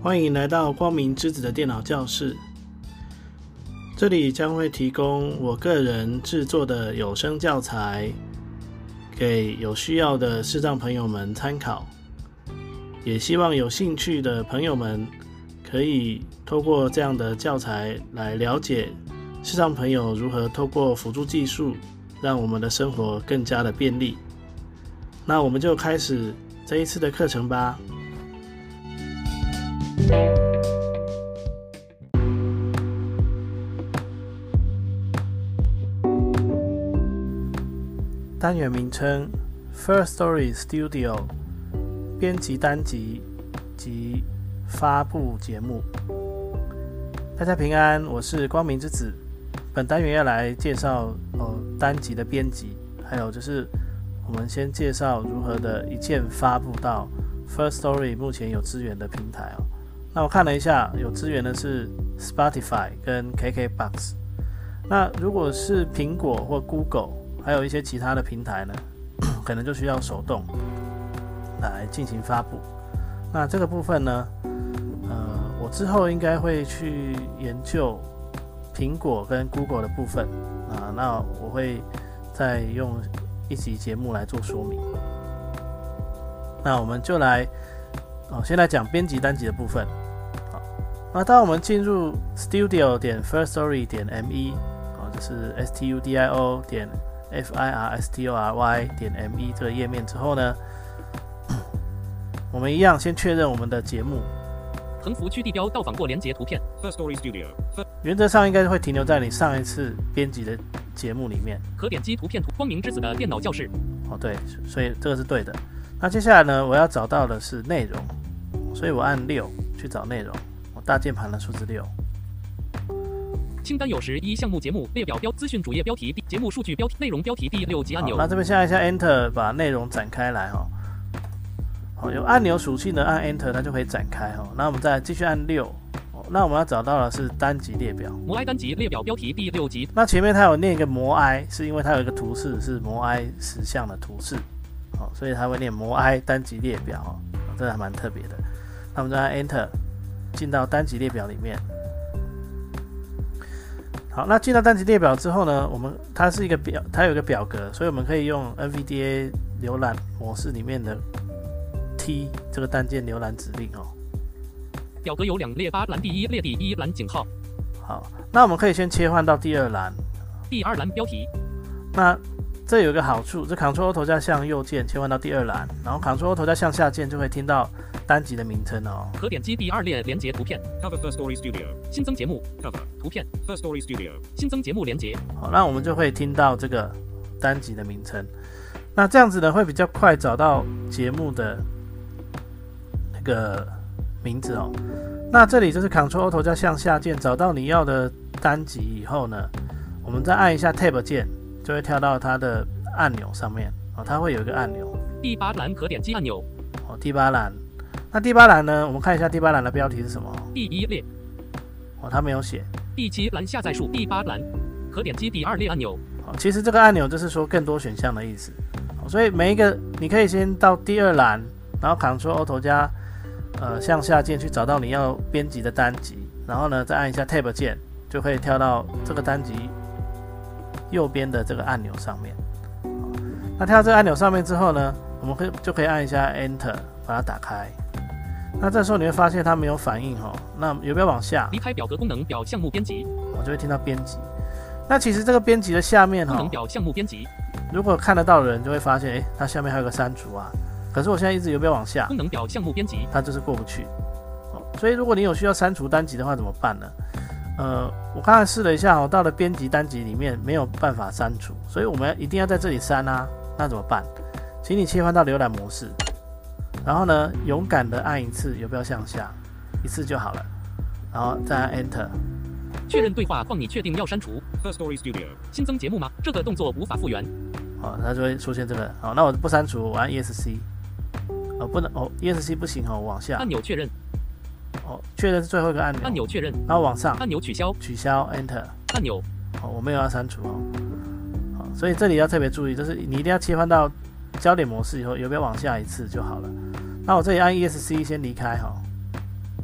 欢迎来到光明之子的电脑教室，这里将会提供我个人制作的有声教材，给有需要的视障朋友们参考。也希望有兴趣的朋友们可以透过这样的教材来了解视障朋友如何透过辅助技术，让我们的生活更加的便利。那我们就开始这一次的课程吧。单元名称 Firstory Studio， 编辑单集及发布节目。大家平安，我是光明之子。本单元要来介绍单集的编辑，还有就是我们先介绍如何的一键发布到 Firstory 目前有支援的平台。那我看了一下，有支援的是 Spotify 跟 KKBOX。那如果是苹果或 Google， 还有一些其他的平台呢，可能就需要手动来进行发布。那这个部分呢，我之后应该会去研究苹果跟 Google 的部分那我会再用一集节目来做说明。那我们就来先来讲编辑单集的部分。那当我们进入 studio.firstory.me， 就是 studio.firstory.me 这个页面之后呢，我们一样先确认我们的节目。 横幅区地标到访过连结图片。 Firstory Studio。 原则上应该会停留在你上一次编辑的节目里面。 可点击图片光明之子的电脑教室。 对，所以这个是对的。那接下来呢，我要找到的是内容，所以我按6去找内容。大键盘的数字6。 清单有时1项目节目列表资讯主页标题节目数据标题内容标题第6级按钮。 那这边现在一下 Enter 把内容展开来有按钮属性的按 Enter 它就可以展开那我们再继续按6。那我们要找到的是单集列表。 摩埃单集列表标题第6级。 那前面它有念一个摩埃，是因为它有一个图示是摩埃石像的图示所以它会念摩埃单集列表这个还蛮特别的。那我们再按 Enter 进到单集列表里面。好，那进到单集列表之后呢，它是一个表，它有一个表格，所以我们可以用 NVDA 浏览模式里面的 T 这个单键浏览指令表格有2列8栏，第1列第1栏井号。 好，那我们可以先切换到第2栏。 第2栏标题。 那这有一个好处，这 Ctrl 加向右键切换到第2栏，然后 Ctrl 加向下键就会听到单集的名称可点击第2列连结图片。 Cover Firstory Studio。 新增节目。 Cover 图片。 Firstory Studio。 新增节目连结。 好，那我们就会听到这个单集的名称。那这样子呢，会比较快找到节目的那个名字那这里就是 Ctrl 加向下键找到你要的单集以后呢，我们再按一下 Tab 键，就会跳到它的按钮上面它会有一个按钮。 第8栏可点击按钮。 第8栏。那第8栏呢，我们看一下第8栏的标题是什么。 第1列。 它没有写。 第7栏下载数第8栏可点击第2列按钮。 其实这个按钮就是说更多选项的意思。所以每一个你可以先到第2栏，然后 Ctrl 加向下键去找到你要编辑的单集，然后呢再按一下 Tab 键，就可以跳到这个单集右边的这个按钮上面。那跳到这个按钮上面之后呢，我们就可以按一下 Enter 把它打开。那这时候你会发现它没有反应那有没有往下？ 离开表格功能表项目编辑， 我就会听到编辑。那其实这个编辑的下面功能表项目编辑， 如果看得到的人就会发现它下面还有个删除可是我现在一直有没有往下？ 功能表项目编辑， 它就是过不去。所以如果你有需要删除单集的话怎么办呢？我刚才试了一下到了编辑单集里面没有办法删除，所以我们一定要在这里删那怎么办？请你切换到浏览模式，然后呢勇敢的按一次游标向下，一次就好了，然后再按 Enter。 确认对话框，你确定要删除 Firstory Studio。 新增节目吗？这个动作无法复原。 它就会出现这个。那我不删除，我按 ESC。不能ESC 不行我往下。 按钮确认。 确认是最后一个按钮。 按钮确认。 然后往上。 按钮取消。 取消 Enter。 按钮。 我没有要删除所以这里要特别注意，就是你一定要切换到焦点模式以后，游标往下一次就好了。那我这里按 ESC 先离开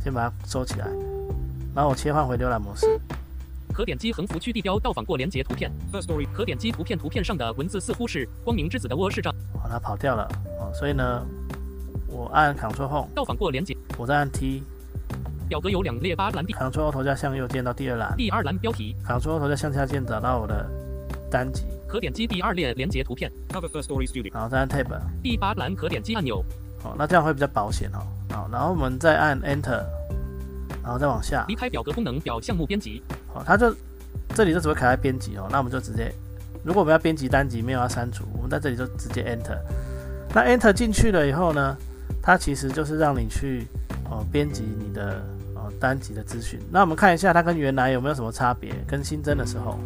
先把它收起来，然后我切换回浏览模式。 可点击横幅区地标到访过连结图片。 First story. 可点击图片上的文字似乎是光明之子的窝视障。 好，它跑掉了。所以呢，我按 Ctrl Home 到访过连结， 我再按 T。 表格有2列8栏 Ctrl 头加向右键到第2栏。 第2栏标题。 Ctrl 头加向下键找到我的单集。 可点击第2列连结图片。 Cover First Story Studio. 然后再按 Tab。 第8栏可点击按钮。 好，那这样会比较保险哦。好，然后我们再按 Enter， 然后再往下。 离开表格功能表项目编辑。 好，它就这里就只会卡在编辑哦。那我们就直接，如果我们要编辑单集，没有要删除，我们在这里就直接 Enter。那 Enter 进去了以后呢，它其实就是让你去编辑你的单集的资讯。那我们看一下它跟原来有没有什么差别，跟新增的时候。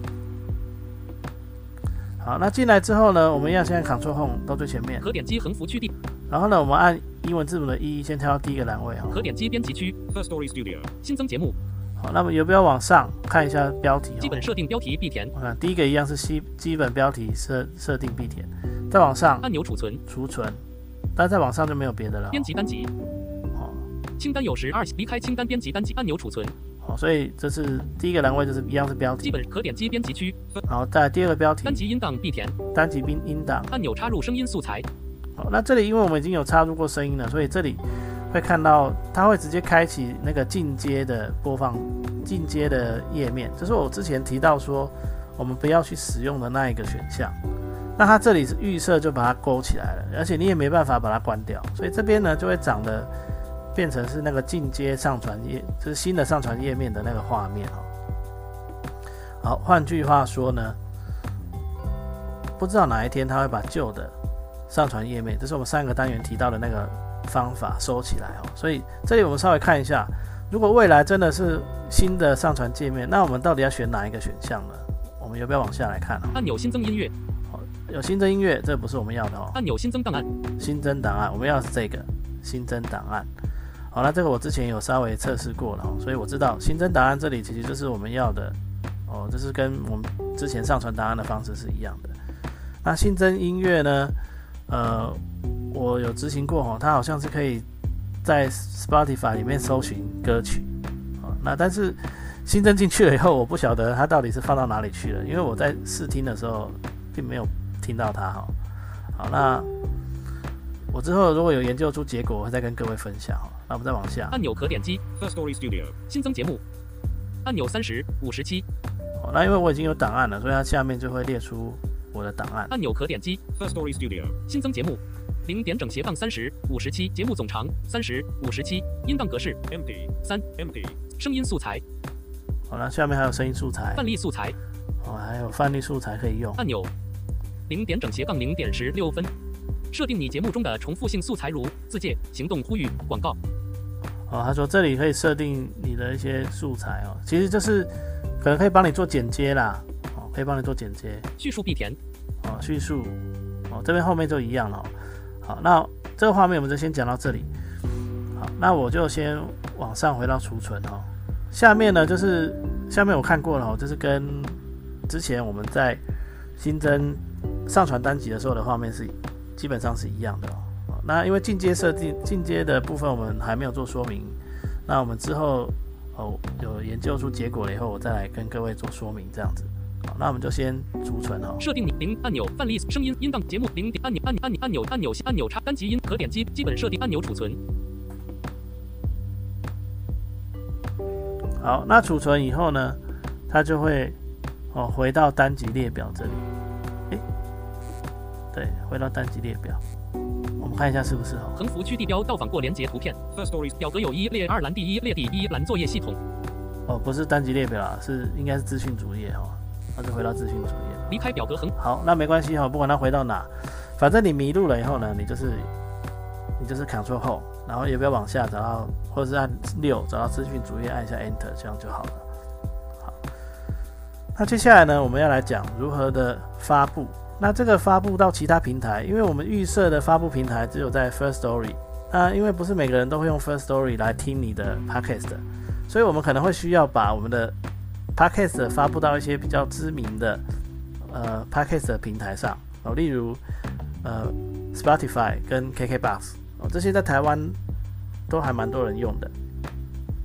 好，那进来之后呢，我们要现在 Ctrl Home 到最前面。 可点击横幅区地。 然后呢，我们按英文字母的E，先跳到第1个栏位哈。 可点击编辑区。 First Story Studio. 新增节目。 好，那么有没有往上看一下标题？ 基本设定标题必填。 我看第一个一样是基本标题设定必填，再往上按钮储存， 但再往上就没有别的了。 编辑单集。清单有时2离开清单编辑单集按钮储存。 好，所以这是第1个栏位，就是一样是标题。 基本可点击编辑区。 然后再第2个标题。 单集音档必填。 单集音档。 按钮插入声音素材。 好，那这里因为我们已经有插入过声音了，所以这里会看到它会直接开启那个进阶的播放进阶的页面，这是我之前提到说我们不要去使用的那一个选项。那它这里是预设就把它勾起来了，而且你也没办法把它关掉，所以这边呢就会长得变成是那个进阶上传页，就是新的上传页面的那个画面。好，换句话说呢，不知道哪一天它会把旧的上传页面，这是我们上个单元提到的那个方法收起来。所以这里我们稍微看一下，如果未来真的是新的上传界面，那我们到底要选哪一个选项呢？我们要不要往下来看？ 按钮新增音乐。 有新增音乐，这不是我们要的哦。 按钮新增档案。新增档案， 我们要的是这个新增档案。好，那这个我之前有稍微测试过了，所以我知道新增档案这里其实就是我们要的哦，这是跟我们之前上传档案的方式是一样的。那新增音乐呢？我有执行过哦，它好像是可以在 Spotify 里面搜寻歌曲。那但是新增进去了以后，我不晓得它到底是放到哪里去了，因为我在试听的时候并没有听到它。好，那我之后如果有研究出结果，我会再跟各位分享。那我们再往下， 按钮可点击 First Story Studio 新增节目，按钮30、57。 好，那因为我已经有档案了，所以它下面就会列出我的档案。 按钮可点击 First Story Studio 新增节目，0点整/30、57，节目总长30、57，音档格式 Empty 3 Empty 声音素材。 好了，下面还有声音素材、 范例素材。 还有范例素材可以用。 按钮0点整/0点16分。设定你节目中的重复性素材，如自介、行动呼吁、广告。 他说这里可以设定你的一些素材其实就是可能可以帮你做剪接啦，可以帮你做剪接。 叙述必填。 叙述这边后面就一样了。好，那这个画面我们就先讲到这里。好，那我就先往上回到储存下面呢就是下面我看过了就是跟之前我们在新增上传单集的时候的画面是基本上是一样的那因为进阶设定进阶的部分我们还没有做说明，那我们之后有研究出结果了以后，我再来跟各位做说明这样子。好，那我们就先储存设定0按钮范例声音音档节目0点按钮插单集音可点击基本设定按钮储存。 好，那储存以后呢，它就会回到单集列表这里。对，回到单集列表。我们看一下是不是横幅区地标到访过连结图片。表格有1列2栏第1列第1栏作业系统。 不是单集列表啦，应该是资讯主页那就回到资讯主页。 离开表格横。 好，那没关系不管它回到哪，反正你迷路了以后呢，你就是 Ctrl 后，然后也不要往下找到，或者是按6找到资讯主页，按一下 Enter， 这样就好了。好，那接下来呢，我们要来讲如何的发布。那这个发布到其他平台，因为我们预设的发布平台只有在 First Story， 那因为不是每个人都会用 First Story 来听你的 Podcast， 所以我们可能会需要把我们的 Podcast 发布到一些比较知名的Podcast 的平台上例如Spotify 跟 KKBox这些在台湾都还蛮多人用的。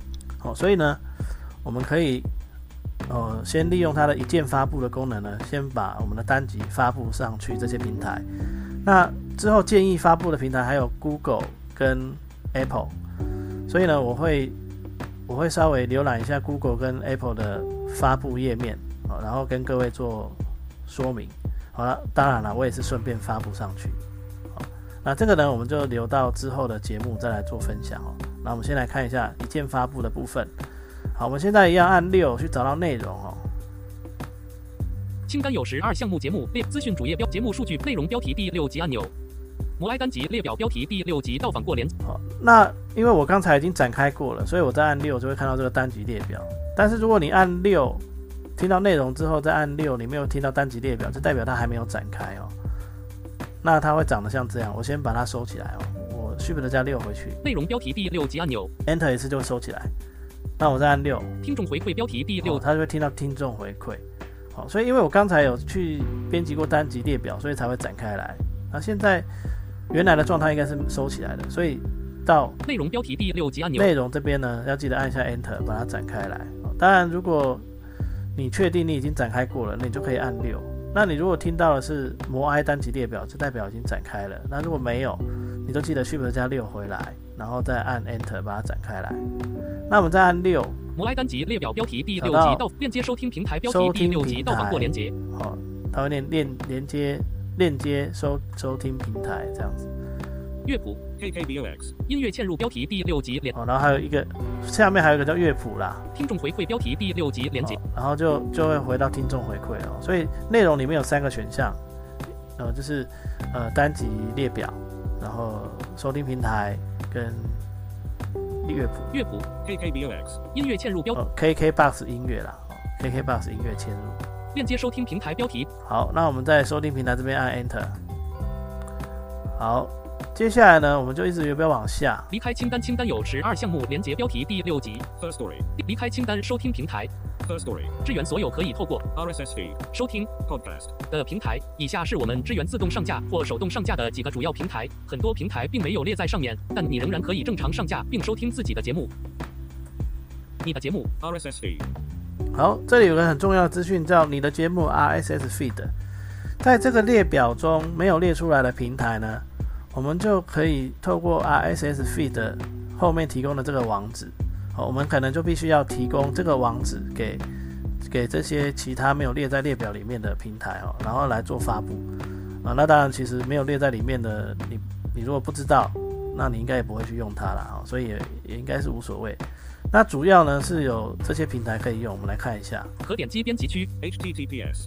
所以呢，我们可以先利用它的一键发布的功能呢，先把我们的单集发布上去这些平台。那之后建议发布的平台还有 Google 跟 Apple， 所以呢，我会稍微浏览一下 Google 跟 Apple 的发布页面，然后跟各位做说明。好了，当然了，我也是顺便发布上去。那这个呢，我们就留到之后的节目再来做分享哦。那我们先来看一下一键发布的部分。好，我们现在一样按6去找到内容哦。 清单有12项目节目列资讯主页标节目数据内容标题第6集按钮。摩埃单集列表标题第6集到访过连。 好，那因为我刚才已经展开过了，所以我再按6就会看到这个单集列表。但是如果你按6听到内容之后再按6，你没有听到单集列表，就代表它还没有展开哦。那它会长得像这样，我先把它收起来哦。我 Shift 加6回去， 内容标题第6集按钮 Enter 一次就会收起来。那我再按6， 听众回馈标题第6， 它就会听到听众回馈。好，所以因为我刚才有去编辑过单集列表，所以才会展开来。那现在原来的状态应该是收起来的，所以到内容标题第6集按钮， 内容这边呢要记得按一下 Enter 把它展开来。当然，如果你确定你已经展开过了，那你就可以按6。那你如果听到的是摩埃单集列表，就代表已经展开了。那如果没有，你就记得 Shift 加6回来，然后再按 Enter 把它展开来。那我们再按6， 摩埃单集列表标题第6集到链接收听平台标题第6集到访过连接。 好，它会链接收听平台这样子。 乐谱 KKBOX 音乐嵌入标题第6集连。 然后还有一个下面还有一个叫乐谱啦。 听众回馈标题第6集连接。 然后就会回到听众回馈了。所以内容里面有3个选项，就是单集列表，然后收听平台跟乐谱 KKBOX 音乐嵌入标 KKBOX 音乐啦，KKBOX 音乐嵌入链接收听平台标题。 好，那我们在收听平台这边按 Enter。好，接下来呢，我们就一直有没有往下？ 离开清单，清单有12项目连接标题第6集。 First Story 离开清单，收听平台。 First Story 支援所有可以透过 RSS feed 收听 podcast 的平台。以下是我们支援自动上架或手动上架的几个主要平台，很多平台并没有列在上面，但你仍然可以正常上架并收听自己的节目。你的节目 RSS feed 好，这里有个很重要的资讯，叫你的节目 RSS feed。在这个列表中没有列出来的平台呢，我们就可以透过 RSS feed 后面提供的这个网址，我们可能就必须要提供这个网址给这些其他没有列在列表里面的平台，然后来做发布。那当然，其实没有列在里面的，你如果不知道，那你应该也不会去用它啦，所以也应该是无所谓。那主要呢是有这些平台可以用，我们来看一下。 可点击编辑区 https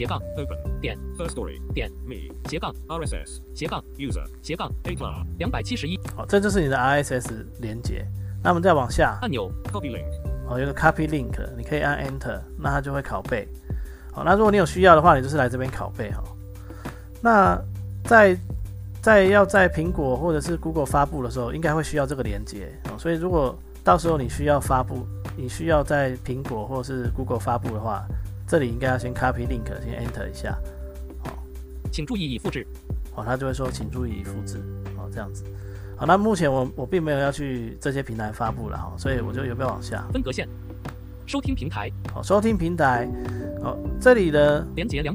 //open 点 first story 点 me /RSS user /271 好，这就是你的 RSS 连结。那我们再往下按钮 copy link 有一个 copy link， 你可以按 Enter， 那它就会拷贝。好，那如果你有需要的话，你就是来这边拷贝。那要在苹果或者是 Google 发布的时候，应该会需要这个连结。所以如果到时候你需要发布，你需要在苹果或是 Google 发布的话，这里应该要先 copy link， 先 Enter 一下。 请注意已复制。 它就会说请注意已复制。这样子。好，那目前我并没有要去这些平台发布了，所以我就有没有往下分隔线收听平台。 好，收听平台。这里的连结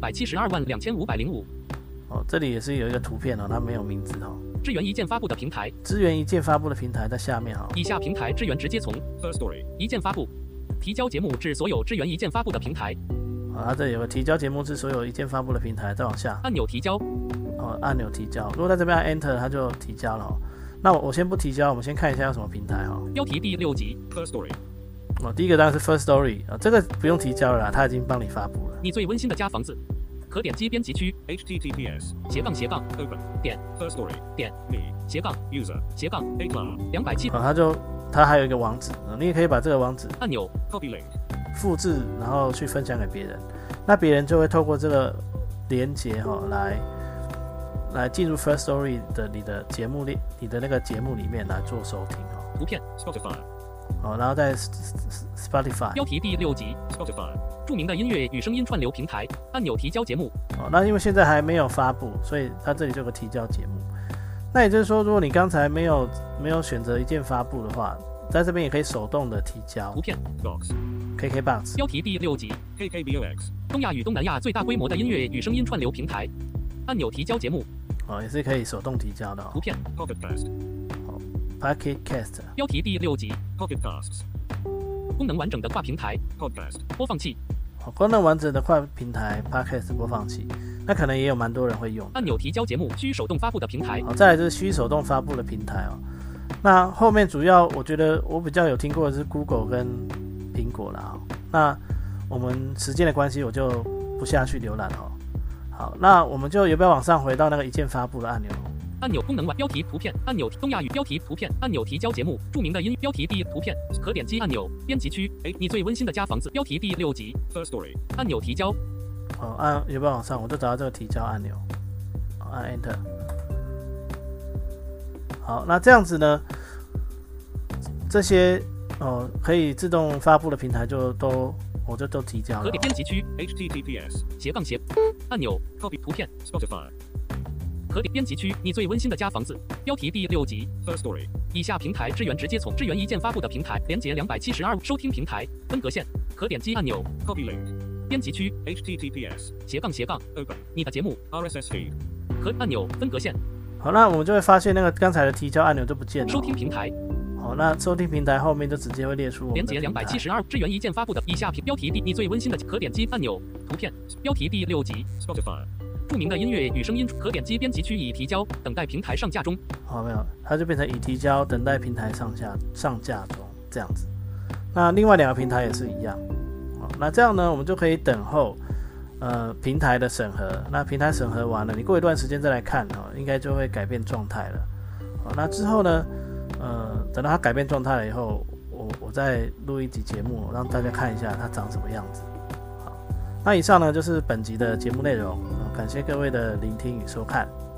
2722505。 这里也是有一个图片它没有名字支援一键发布的平台， 支援一键发布的平台在下面以下平台支援直接从 First Story 一键发布提交节目至所有支援一键发布的平台。 它这里有个提交节目至所有一键发布的平台，再往下按钮提交。 按钮提交，如果在这边按 Enter 它就提交了。那我先不提交，我们先看一下有什么平台标题第6集 First Story 第一个当然是 First Story 这个不用提交了啦，它已经帮你发布了。 你最温馨的家房子。可点击编辑区 https //open 点 first story 点 me user /271 它还有一个网址，你也可以把这个网址按钮 copy link 复制，然后去分享给别人，那别人就会透过这个连结来进入 First Story 的你的节目你的那个节目里面来做收听图片 Spotify 然后在 Spotify 标题第6集 Spotify 著名的音乐与声音串流平台按钮提交节目那因为现在还没有发布，所以它这里就有个提交节目。那也就是说，如果你刚才没有选择一键发布的话， 在这边也可以手动的提交。 图片 KKBOX 标题第6集 KKBOX 东亚与东南亚最大规模的音乐与声音串流平台。按钮提交节目也是可以手动提交的。 图片 Pocket Cast Pocket Cast 标题第6集 Pocket Casts 功能完整的跨平台 Podcast 播放器。 功能完整的跨平台 Podcast 播放器，那可能也有蛮多人会用。 按钮提交节目需手动发布的平台。 再来就是需手动发布的平台那后面主要我觉得我比较有听过的是 Google 跟苹果啦。那我们时间的关系，我就不下去浏览好，那我们就要不要往上回到那个一键发布的按钮？ 按钮功能标题图片按钮东亚语标题图片按钮提交节目著名的音标题第图片可点击按钮编辑区你最温馨的家房子标题第6集 First Story 按钮提交按要不要往上，我就找到这个提交按钮，按 Enter。好，那这样子呢，这些可以自动发布的平台我就都提交了。 可点编辑区 HTTPS 按钮 Copy 图片 Spotify 可点编辑区你最温馨的家房子标题第6集 First Story 以下平台支援直接从支援一键发布的平台连接272收听平台分隔线可点击按钮 Copy Link 编辑区 HTTPS Open 你的节目 RSS Feed 可按钮分隔线。 好，那我们就会发现那个刚才的提交按钮就不见了。 收听平台好，那收听平台后面就直接会列出我们连接272支援一键发布的以下标题你最温馨的可点击按钮图片标题第6集 Spotify 著名的音乐与声音可点击编辑区已提交等待平台上架中。 好，没有，它就变成已提交等待平台上架中这样子。那另外2个平台也是一样。好，那这样呢，我们就可以等候平台的审核。那平台审核完了，你过一段时间再来看应该就会改变状态了。好，那之后呢，等到它改变状态了以后，我再录一集节目，让大家看一下它长什么样子。好，那以上呢就是本集的节目内容，感谢各位的聆听与收看。